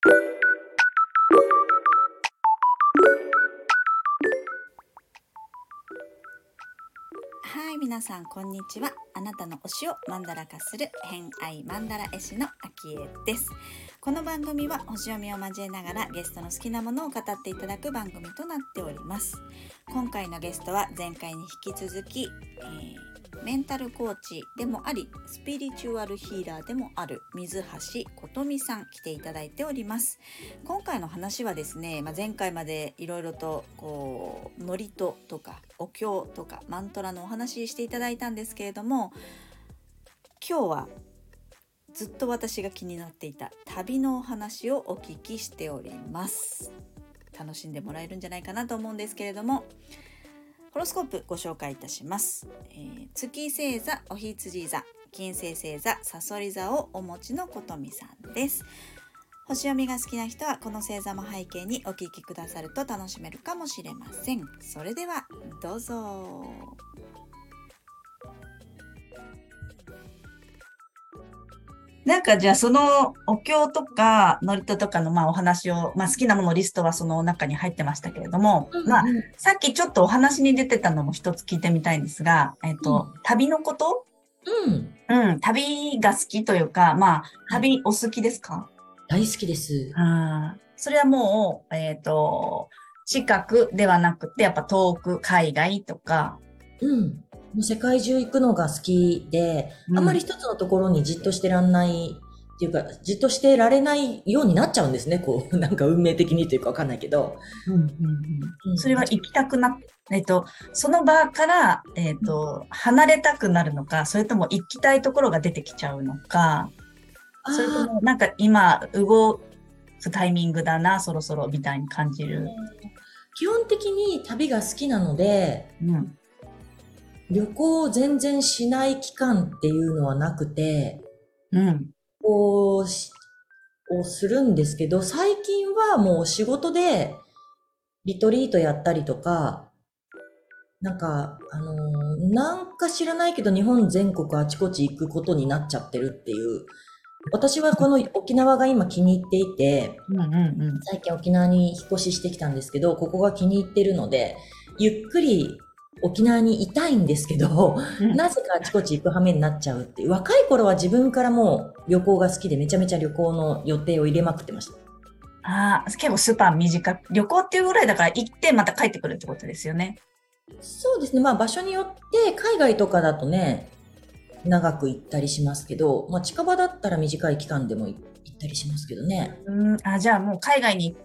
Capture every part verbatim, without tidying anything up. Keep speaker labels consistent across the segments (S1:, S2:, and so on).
S1: はい、皆さんこんにちは。あなたの推しをマンダラ化する偏愛マンダラ絵師のあきえです。この番組は星読みを交えながらゲストの好きなものを語っていただく番組となっております。今回のゲストは前回に引き続き、えーメンタルコーチでもありスピリチュアルヒーラーでもある水橋琴美さん来ていただいております。今回の話はですね、まあ、前回までいろいろとこう祝詞とかお経とかマントラのお話していただいたんですけれども、今日はずっと私が気になっていた旅のお話をお聞きしております。楽しんでもらえるんじゃないかなと思うんですけれども、ホロスコープご紹介いたします。えー、月星座お羊座、金星星座さそり座をお持ちの琴美さんです。星読みが好きな人はこの星座も背景にお聞きくださると楽しめるかもしれません。それではどうぞ。なんかじゃあそのお経とか祝詞とかのまあお話を、まあ好きなものリストはその中に入ってましたけれども、
S2: うんうん、
S1: まあさっきちょっとお話に出てたのも一つ聞いてみたいんですが、えっと、うん、旅のこと、
S2: うん、
S1: うん、旅が好きというか、まあ旅お好きですか？
S2: 大好きです。
S1: あ、それはもう、えっと、近くではなくて、やっぱ遠く、海外とか。
S2: うん。もう世界中行くのが好きで、うん、あんまり一つのところにじっとしてらんないっていうか、じっとしてられないようになっちゃうんですね。こう、なんか運命的にというかわかんないけど。
S1: うんうんうん、それは行きたくな、えっと、その場から、えっと、離れたくなるのか、それとも行きたいところが出てきちゃうのか、それともなんか今動くタイミングだな、そろそろみたいに感じる。
S2: 基本的に旅が好きなので、
S1: うん、
S2: 旅行を全然しない期間っていうのはなくて、
S1: うん、
S2: こうし、をするんですけど、最近はもう仕事でリトリートやったりとか、なんか、あのー、なんか知らないけど日本全国あちこち行くことになっちゃってるっていう。私はこの沖縄が今気に入っていて、
S1: うんうんうん、
S2: 最近沖縄に引っ越ししてきたんですけど、ここが気に入ってるので、ゆっくり沖縄にいたいんですけど、うん、なぜかあちこち行く羽目になっちゃうっていう。若い頃は自分からもう旅行が好きでめちゃめちゃ旅行の予定を入れまくってました。
S1: ああ、結構スパン短く、旅行っていうぐらいだから行ってまた帰ってくるってことですよね。
S2: そうですね。まあ場所によって海外とかだとね、長く行ったりしますけど、まあ近場だったら短い期間でも行ったりしますけどね。
S1: うん、あ、じゃあもう海外に行って、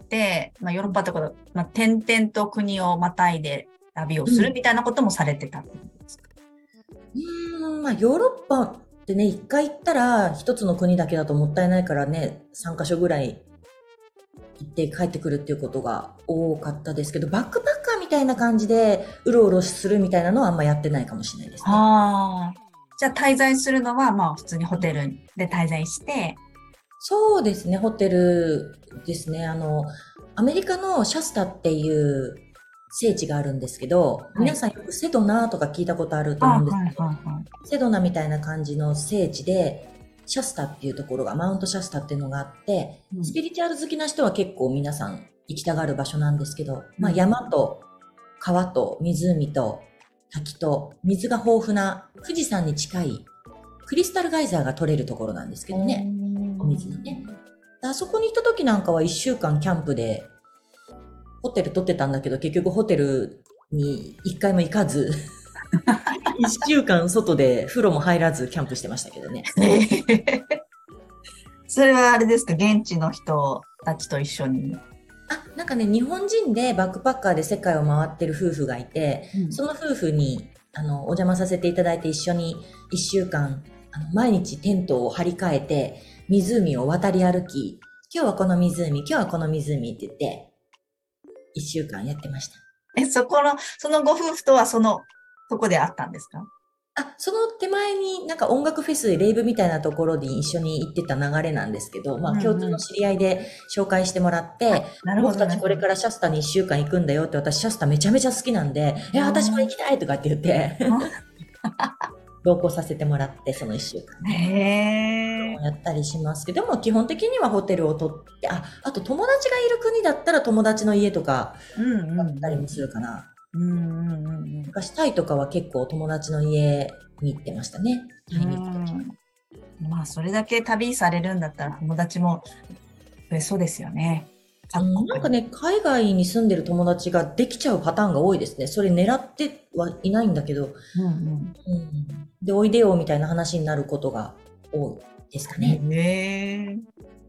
S1: まあヨーロッパとか、まあ点々と国をまたいで旅をするみたいなこともされてたってことですか？
S2: うん、うん、まあヨーロッパってね、一回行ったら一つの国だけだともったいないからね、三カ所ぐらい行って帰ってくるっていうことが多かったですけど、バックパッカーみたいな感じでうろうろするみたいなのはあんまやってないかもしれないですね。
S1: ああ。じゃあ滞在するのはまあ普通にホテルで滞在して。
S2: そうですね、ホテルですね。あの、アメリカのシャスタっていう聖地があるんですけど、はい、皆さんよくセドナとか聞いたことあると思うんですけど、はいはいはい、セドナみたいな感じの聖地で、シャスタっていうところが、マウントシャスタっていうのがあって、うん、スピリチュアル好きな人は結構皆さん行きたがる場所なんですけど、うん、まあ山と川と湖と滝と水が豊富な富士山に近いクリスタルガイザーが取れるところなんですけどね。お水のね。あそこに行った時なんかはいっしゅうかんキャンプでホテル取ってたんだけど、結局ホテルにいっかいも行かず、いっしゅうかん外で風呂も入らずキャンプしてましたけどね。
S1: それはあれですか、現地の人たちと一緒に？
S2: あ、なんかね、日本人でバックパッカーで世界を回ってる夫婦がいて、うん、その夫婦にあのお邪魔させていただいて一緒にいっしゅうかんあの毎日テントを張り替えて湖を渡り歩き、今日はこの湖、今日はこの湖って言っていっしゅうかんやってました。
S1: え、そこの、そのご夫婦とはその、そこで会ったんですか？
S2: あ、その手前になんか音楽フェスでレイブみたいなところに一緒に行ってた流れなんですけど、まあ共通の知り合いで紹介してもらって、うんうん、僕たちこれからシャスタにいっしゅうかん行くんだよって、私シャスタめちゃめちゃ好きなんで、いや、私も行きたいとかって言って。 同行させてもらって、そのいっしゅうかんね。
S1: へー。
S2: やったりしますけど、でも基本的にはホテルを取って、あ、あと友達がいる国だったら友達の家とか
S1: うんうん
S2: だったりもするかな。
S1: うんうんうんうん。
S2: 昔タイとかは結構友達の家に行ってましたね。タイに行った時。
S1: うん、まあ、それだけ旅されるんだったら友達も増えそうですよね。
S2: うん、なんかね、海外に住んでる友達ができちゃうパターンが多いですね。それ狙ってはいないんだけど、
S1: うんうん。
S2: うん、で、おいでよみたいな話になることが多いですかね。
S1: へえ。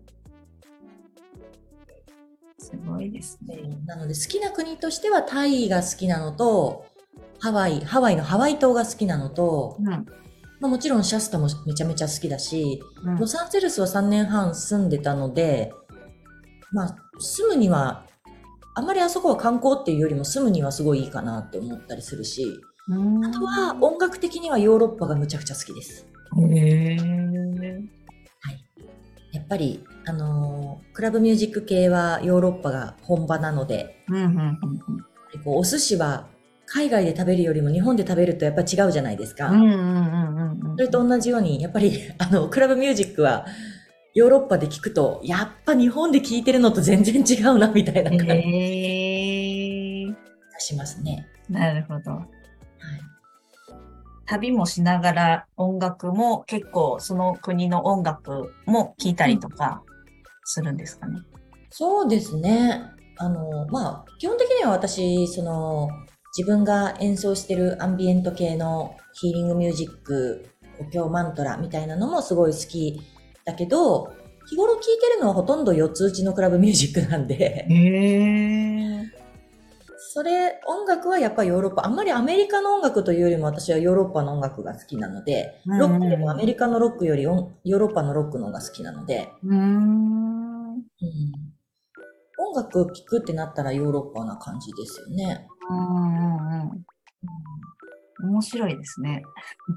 S1: すごいですね。
S2: なので好きな国としてはタイが好きなのと、ハワイ、ハワイのハワイ島が好きなのと、
S1: うん
S2: まあ、もちろんシャスタもめちゃめちゃ好きだし、
S1: うん
S2: ロサンゼルスはさんねんはん住んでたので、まあ、住むには、あんまりあそこは観光っていうよりも住むにはすごいいいかなって思ったりするし、
S1: うん
S2: あとは音楽的にはヨーロッパがむちゃくちゃ好きです。
S1: へえ。
S2: はい。やっぱり、あのークラブミュージック系はヨーロッパが本場なので、
S1: うんうんうん
S2: こうお寿司は海外で食べるよりも日本で食べるとやっぱ違うじゃないですか。
S1: うんうんうんうんうん。
S2: それと同じように、やっぱり、あの、クラブミュージックはヨーロッパで聞くと、やっぱ日本で聞いてるのと全然違うな、みたいな感じが
S1: へえ。
S2: しますね。
S1: なるほど。
S2: はい。
S1: 旅もしながら音楽も結構その国の音楽も聴いたりとかするんですかね。
S2: そうですね。あの、まあ、基本的には私、その、自分が演奏してるアンビエント系のヒーリングミュージック、お経マントラみたいなのもすごい好きだけど、日頃聴いてるのはほとんど四つ打ちのクラブミュージックなんで、
S1: へえ。
S2: それ、音楽はやっぱりヨーロッパ、あんまりアメリカの音楽というよりも私はヨーロッパの音楽が好きなので、
S1: うん
S2: ロックでもアメリカのロックよりヨーロッパのロックの方が好きなので、
S1: うーん。
S2: うん、音楽聴くってなったらヨーロッパな感じですよね。
S1: うんうんうん。面白いですね。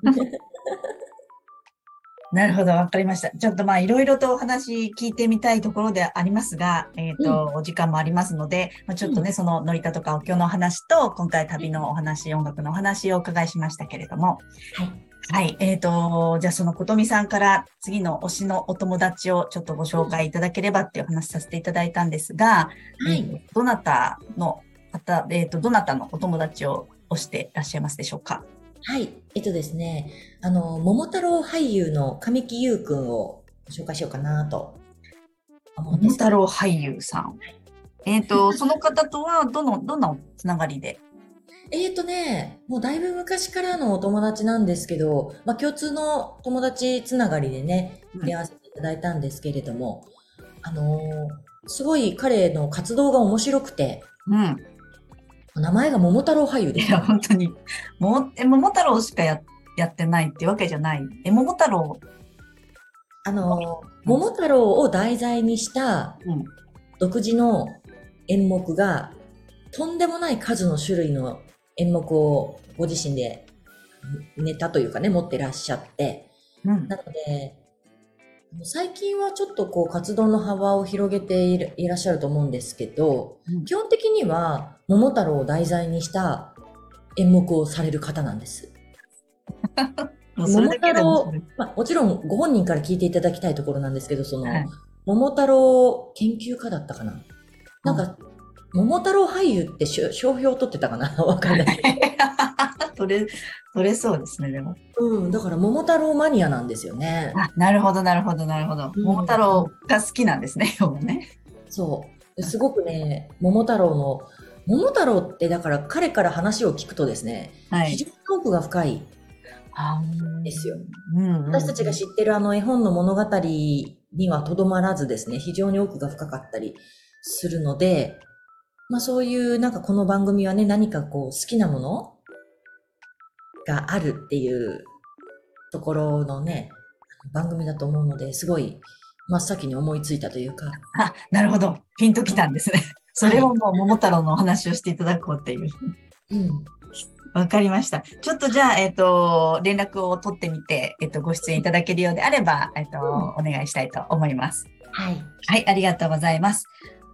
S1: なるほど、わかりました。ちょっとまあ、いろいろとお話聞いてみたいところでありますが、えっと、お時間もありますので、まあ、ちょっとね、その、ノリタとかお経のお話と、今回旅のお話、音楽のお話をお伺いしましたけれども、
S2: はい。
S1: はい。えっと、じゃあそのことみさんから次の推しのお友達をちょっとご紹介いただければっていう話させていただいたんですが、
S2: はい。
S1: えーどなたの方、えっと、どなたのお友達を推していらっしゃいますでしょうか？
S2: はい。えっとですね、あの、桃太郎俳優の神木優くんをご紹介しようかなと思うんで
S1: 桃
S2: すけど。
S1: 太郎俳優さん。えっと、その方とはどの、どんなつながりで？
S2: えーとね、もうだいぶ昔からのお友達なんですけど、まあ共通の友達つながりでね、
S1: うん
S2: 出会わせていただいたんですけれども、あのーすごい彼の活動が面白くて、
S1: うん。
S2: 名前が桃太郎俳優です。
S1: いや、本当に。も、え、桃太郎しかや、やってないってわけじゃない。え、桃太郎。
S2: あのー
S1: うん
S2: 桃太郎を題材にした
S1: うん。
S2: 独自の演目が、とんでもない数の種類の演目をご自身でネタというかね、持ってらっしゃって、
S1: うん。
S2: なので、最近はちょっとこう活動の幅を広げているいらっしゃると思うんですけど、
S1: うん
S2: 基本的には桃太郎を題材にした演目をされる方なんです。
S1: もうそれだけでもそれ。
S2: まあ、もちろんご本人から聞いていただきたいところなんですけど、その、
S1: はい。
S2: 桃太郎研究家だったかな、なんか、桃太郎俳優ってしょ商標を取ってたかなわかんないけど。
S1: 取れ、取れそうですね、でも。
S2: うん、だから桃太郎マニアなんですよね。
S1: あ、なるほど、なるほど、なるほど。
S2: うん
S1: 桃太郎が好きなんですね、要はね。
S2: そう。すごくね、桃太郎の、桃太郎ってだから彼から話を聞くとですね、
S1: はい。
S2: 非常に奥が深い。
S1: あー
S2: ですよ。
S1: うんうんうん、
S2: 私たちが知ってるあの絵本の物語にはとどまらずですね、非常に奥が深かったりするので、まあそういうなんかこの番組はね、何かこう好きなものがあるっていうところのね、番組だと思うので、すごい真っ先に思いついたというか。
S1: あ、なるほど。ピンときたんですね。それをもう桃太郎のお話をしていただこうっていう。
S2: うん。
S1: わかりました。ちょっとじゃあ、えっ、と、連絡を取ってみて、えっ、と、ご出演いただけるようであれば、えっ、と、
S2: うん
S1: お願いしたいと思います。
S2: はい。
S1: はい、ありがとうございます。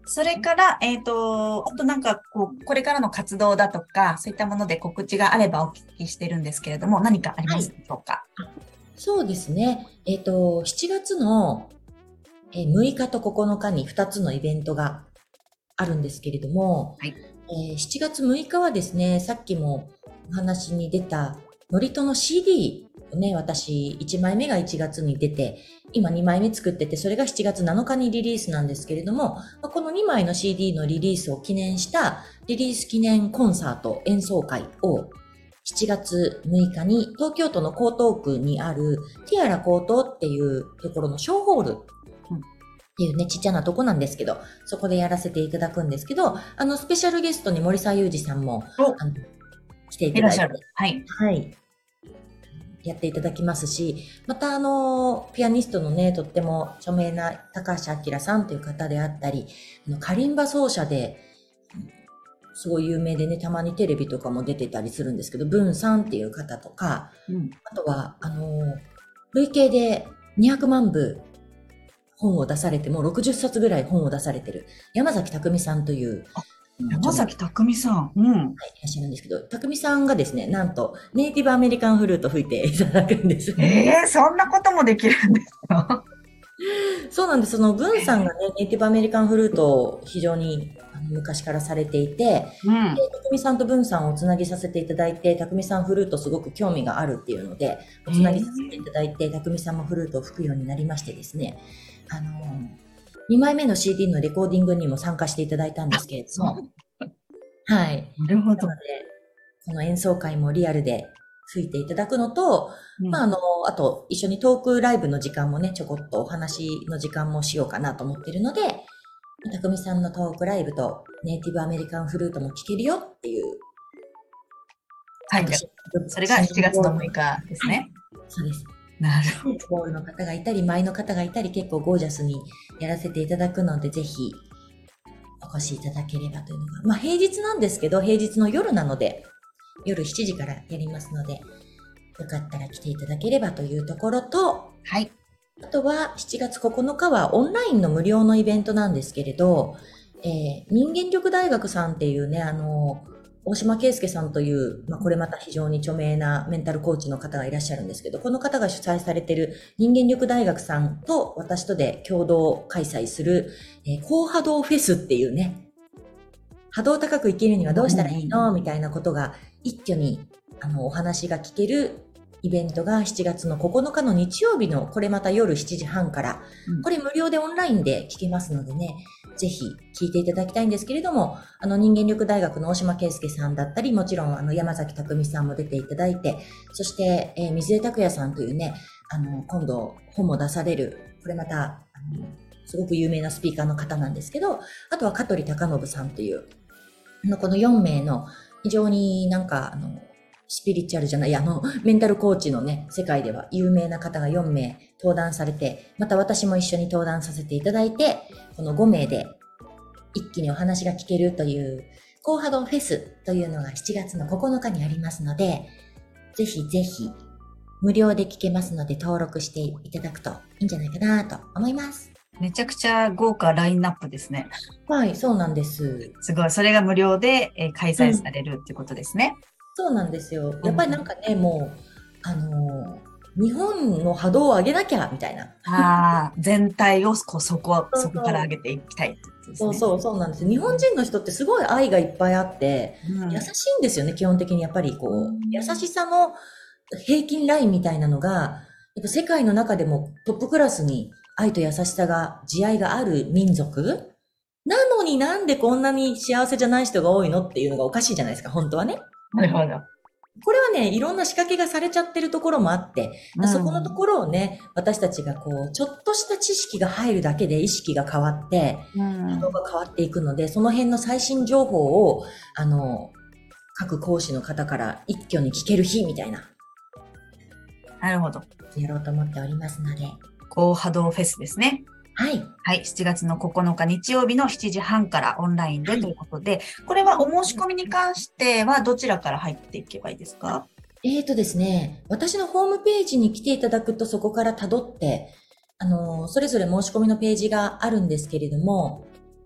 S1: それから、えっと、あとなんか、こう、これからの活動だとか、そういったもので告知があればお聞きしてるんですけれども、何かあり
S2: はい。
S1: ますでしょうか？
S2: そうですね。えっと、しちがつのえーむいかとここのかにふたつのイベントがあるんですけれども、
S1: はい。
S2: えーしちがつむいかはですね、さっきもお話に出た、ノリトの シーディーをね、私いちまいめがいちがつに出て、今にまいめ作ってて、それがしちがつなのかにリリースなんですけれども、まあこのにまいの シーディー のリリースを記念したリリース記念コンサート演奏会をしちがつむいかに東京都の江東区にあるティアラ江東っていうところのショーホールっていうね、ちっちゃなとこなんですけど、そこでやらせていただくんですけど、あの、スペシャルゲストに森沢祐二さんも、
S1: お、
S2: あの、来ていただいて、
S1: いらっしゃる。はい。
S2: はい、やっていただきますし、またあの、ピアニストのね、とっても著名な高橋明さんという方であったり、あのカリンバ奏者で、すごい有名でね、たまにテレビとかも出てたりするんですけど、ブンさんっていう方とか、
S1: うん。
S2: あとは、あの、累計でにひゃくまんぶ本を出されて、もうろくじゅっさつぐらい本を出されてる山崎匠さんという、著名な、
S1: 山崎匠さん。うん。
S2: はい、いらっしゃるんですけど、匠さんがですね、なんとネイティブアメリカンフルート吹いていただくんです。
S1: ええー、そんなこともできるんですか？
S2: そうなんです。その文さんがね、ネイティブアメリカンフルートを非常にあの昔からされていて、で、
S1: うん。
S2: 匠さんと文さんをつなぎさせていただいて、匠さんフルートすごく興味があるっていうので、お
S1: え
S2: つなぎさせてい
S1: え
S2: ただいて、匠さんもフルートを吹くようになりましてですね、あの、にまいめの シーディー のレコーディングにも参加していただいたんですけれど
S1: そう。
S2: も、はい。
S1: なるほど。
S2: なので、この演奏会もリアルで吹いていただくのと、まあ、
S1: うん。
S2: あの、あと、一緒にトークライブの時間もね、ちょこっとお話の時間もしようかなと思ってるので、たくみさんのトークライブとネイティブアメリカンフルートも聴けるよっていう、
S1: はい。
S2: あと、
S1: じゃあ
S2: シン
S1: それがしちがつの6
S2: ボール、
S1: 日です
S2: はい、
S1: ね。
S2: そうです。
S1: なるほど。
S2: シンボールの方がいたり、舞の方がいたり、結構ゴージャスにやらせていただくので、ぜひお越しいただければというのが、まあ平日なんですけど、平日の夜なので、夜しちじからやりますので、よかったら来ていただければというところと、
S1: はい。
S2: あとはしちがつここのかはオンラインの無料のイベントなんですけれど、えー人間力大学さんっていうね、あの、大島圭介さんという、まあ、これまた非常に著名なメンタルコーチの方がいらっしゃるんですけど、この方が主催されている人間力大学さんと私とで共同開催する、えー高波動フェスっていうね、波動高く生きるにはどうしたらいいのみたいなことが一挙にあのお話が聞けるイベントがしちがつのここのかの日曜日のこれまた夜しちじはんから、
S1: うん
S2: これ無料でオンラインで聞けますのでね、ぜひ聞いていただきたいんですけれども、あの人間力大学の大島圭介さんだったり、もちろんあの山崎匠さんも出ていただいて、そして、えー水江拓也さんというね、あの今度本も出される、これまたあのすごく有名なスピーカーの方なんですけど、あとは香取隆信さんというあのこのよんめいの非常になんかあのスピリチュアルじゃない、あのメンタルコーチのね、世界では有名な方がよんめい登壇されて、また私も一緒に登壇させていただいて、このごめいで一気にお話が聞けるという高波動フェスというのがしちがつのここのかにありますので、ぜひぜひ無料で聞けますので登録していただくといいんじゃないかなと思います。
S1: めちゃくちゃ豪華ラインナップですね。
S2: はい、そうなんです。
S1: すごい。それが無料で、えー開催
S2: うん、
S1: されるってことですね。
S2: そうなんですよ。
S1: うん。
S2: やっぱりなんかね、もう、あのー日本の波動を上げなきゃ、みたいな。
S1: ああ、全体をこうそこ、
S2: そう
S1: そこから上げていきたいってことですね。
S2: そうそう、そうなんです。日本人の人ってすごい愛がいっぱいあって、
S1: うん。
S2: 優しいんですよね、基本的に。やっぱりこ
S1: う
S2: う、優
S1: ん。
S2: しさの平均ラインみたいなのが、やっぱ世界の中でもトップクラスに愛と優しさが、慈愛がある民族なのになんでこんなに幸せじゃない人が多いのっていうのがおかしいじゃないですか、本当はね。
S1: なるほど。
S2: これはね、いろんな仕掛けがされちゃってるところもあって、
S1: う
S2: そこのと
S1: ん。
S2: ころをね、私たちがこう、ちょっとした知識が入るだけで意識が変わって、
S1: う
S2: 波動
S1: ん。
S2: が変わっていくので、その辺の最新情報を、あの、各講師の方から一挙に聞ける日みたいな、
S1: なるほど。
S2: やろうと思っておりますので、
S1: 高波動フェスですね。
S2: はい。
S1: はい。しちがつのここのか日曜日のしちじはんからオンライン
S2: はい。
S1: でということで、これはお申し込みに関してはどちらから入っていけばいいですか？
S2: えーとですね、私のホームページに来ていただくとそこから辿って、あの、それぞれ申し込みのページがあるんですけれども、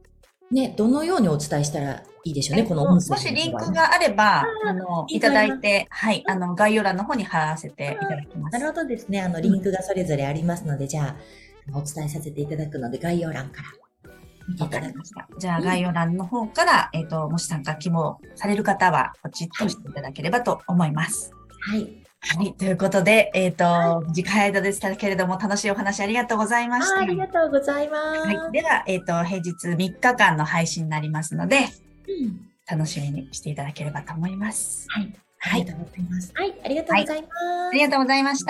S2: ね、どのようにお伝えしたらいいでしょうね、
S1: えっと、
S2: この音声
S1: もしリン
S2: の場合。
S1: クがあれば、
S2: あ
S1: あの、
S2: リン
S1: いた
S2: クあります。
S1: だいて、はい、あの、概要欄の方に貼らせていただきま
S2: なる
S1: す。
S2: ほどですね。あの、
S1: うん、
S2: リンクがそれぞれありますので、じゃあ、お伝えさせていただくので、概要欄から見て
S1: わ
S2: いただく。
S1: かりました。じゃあ、
S2: うん。
S1: 概要欄の方から、えっと、もし参加希望される方は、ポチッ
S2: はい。
S1: としていただければと思います。
S2: はい。
S1: はい。ということで、えっと、次回間でしたけれども、楽しいお話ありがとうございました。
S2: あー、ありがとうござい
S1: はい。
S2: ます。
S1: では、えっと、平日みっかかんの配信になりますので、
S2: うん。
S1: 楽しみにしていただければと思います。
S2: はい。あ
S1: はい。
S2: りがとうございます。はい、ありがとう
S1: はい。
S2: ござい
S1: ありが
S2: ます。
S1: とうございました。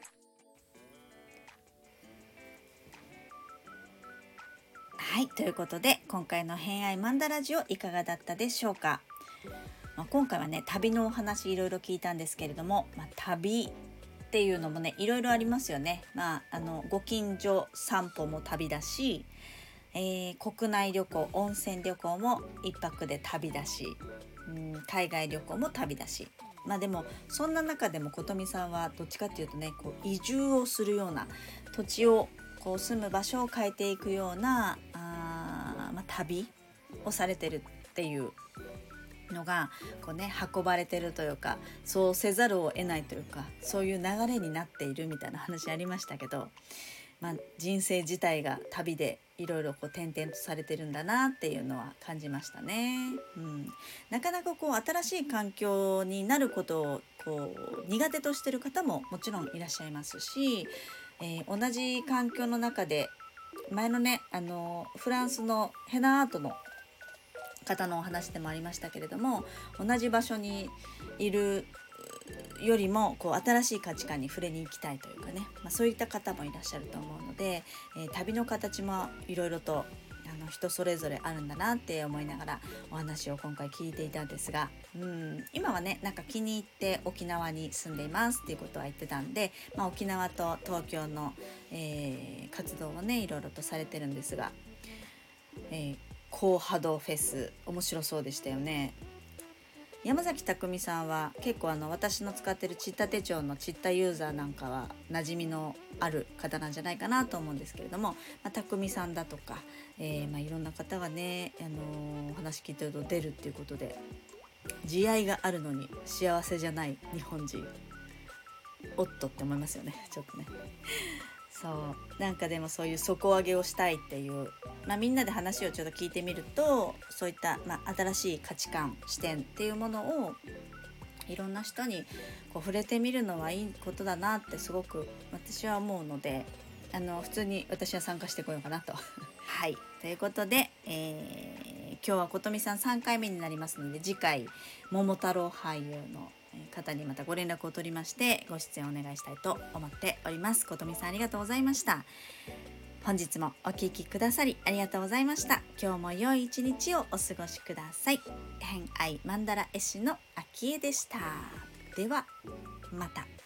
S1: はい。ということで、今回の偏愛マンダラジオいかがだったでしょうか。まあ、今回はね、旅のお話いろいろ聞いたんですけれども、まあ、旅っていうのもね、いろいろありますよね。まあ、あの、ご近所散歩も旅だし、えー、国内旅行、温泉旅行も一泊で旅だし、うん、海外旅行も旅だし、まあでもそんな中でも琴美さんはどっちかっていうとね、こう移住をするような、土地をこう住む場所を変えていくようなあ、まあ、旅をされてるっていうのがこうね、運ばれてるというか、そうせざるを得ないというか、そういう流れになっているみたいな話ありましたけど、まあ、人生自体が旅でいろいろこう転々とされてるんだなっていうのは感じましたね。うん、なかなかこう新しい環境になることをこう苦手としてる方ももちろんいらっしゃいますし、えー、同じ環境の中で前のね、あのフランスのヘナアートの方のお話でもありましたけれども、同じ場所にいるよりもこう新しい価値観に触れに行きたいというかね、まあ、そういった方もいらっしゃると思うので、えー、旅の形もいろいろとあの人それぞれあるんだなって思いながらお話を今回聞いていたんですが、うん、今はね、なんか気に入って沖縄に住んでいますっていうことは言ってたんで、まあ、沖縄と東京の、えー、活動をねいろいろとされてるんですが、えー、高波動フェス面白そうでしたよね。山崎匠さんは結構あの私の使ってるチッタ手帳のチッタユーザーなんかは馴染みのある方なんじゃないかなと思うんですけれども、まあ、匠さんだとか、えーまあ、いろんな方がね、あのー、話聞いてると出るっていうことで、慈愛があるのに幸せじゃない日本人、おっとって思いますよね、ちょっとね。そうなんかでもそういう底上げをしたいっていう、まあ、みんなで話をちょっと聞いてみると、そういった、まあ、新しい価値観視点っていうものをいろんな人にこう触れてみるのはいいことだなってすごく私は思うので、あの普通に私は参加してこようかなとはいということで、えー、今日は琴美さんさんかいめになりますので、次回桃太郎俳優の方にまたご連絡を取りましてご出演をお願いしたいと思っております。琴美さんありがとうございました。本日もお聞きくださりありがとうございました。今日も良い一日をお過ごしください。偏愛マンダラ絵師のあきえでした。ではまた。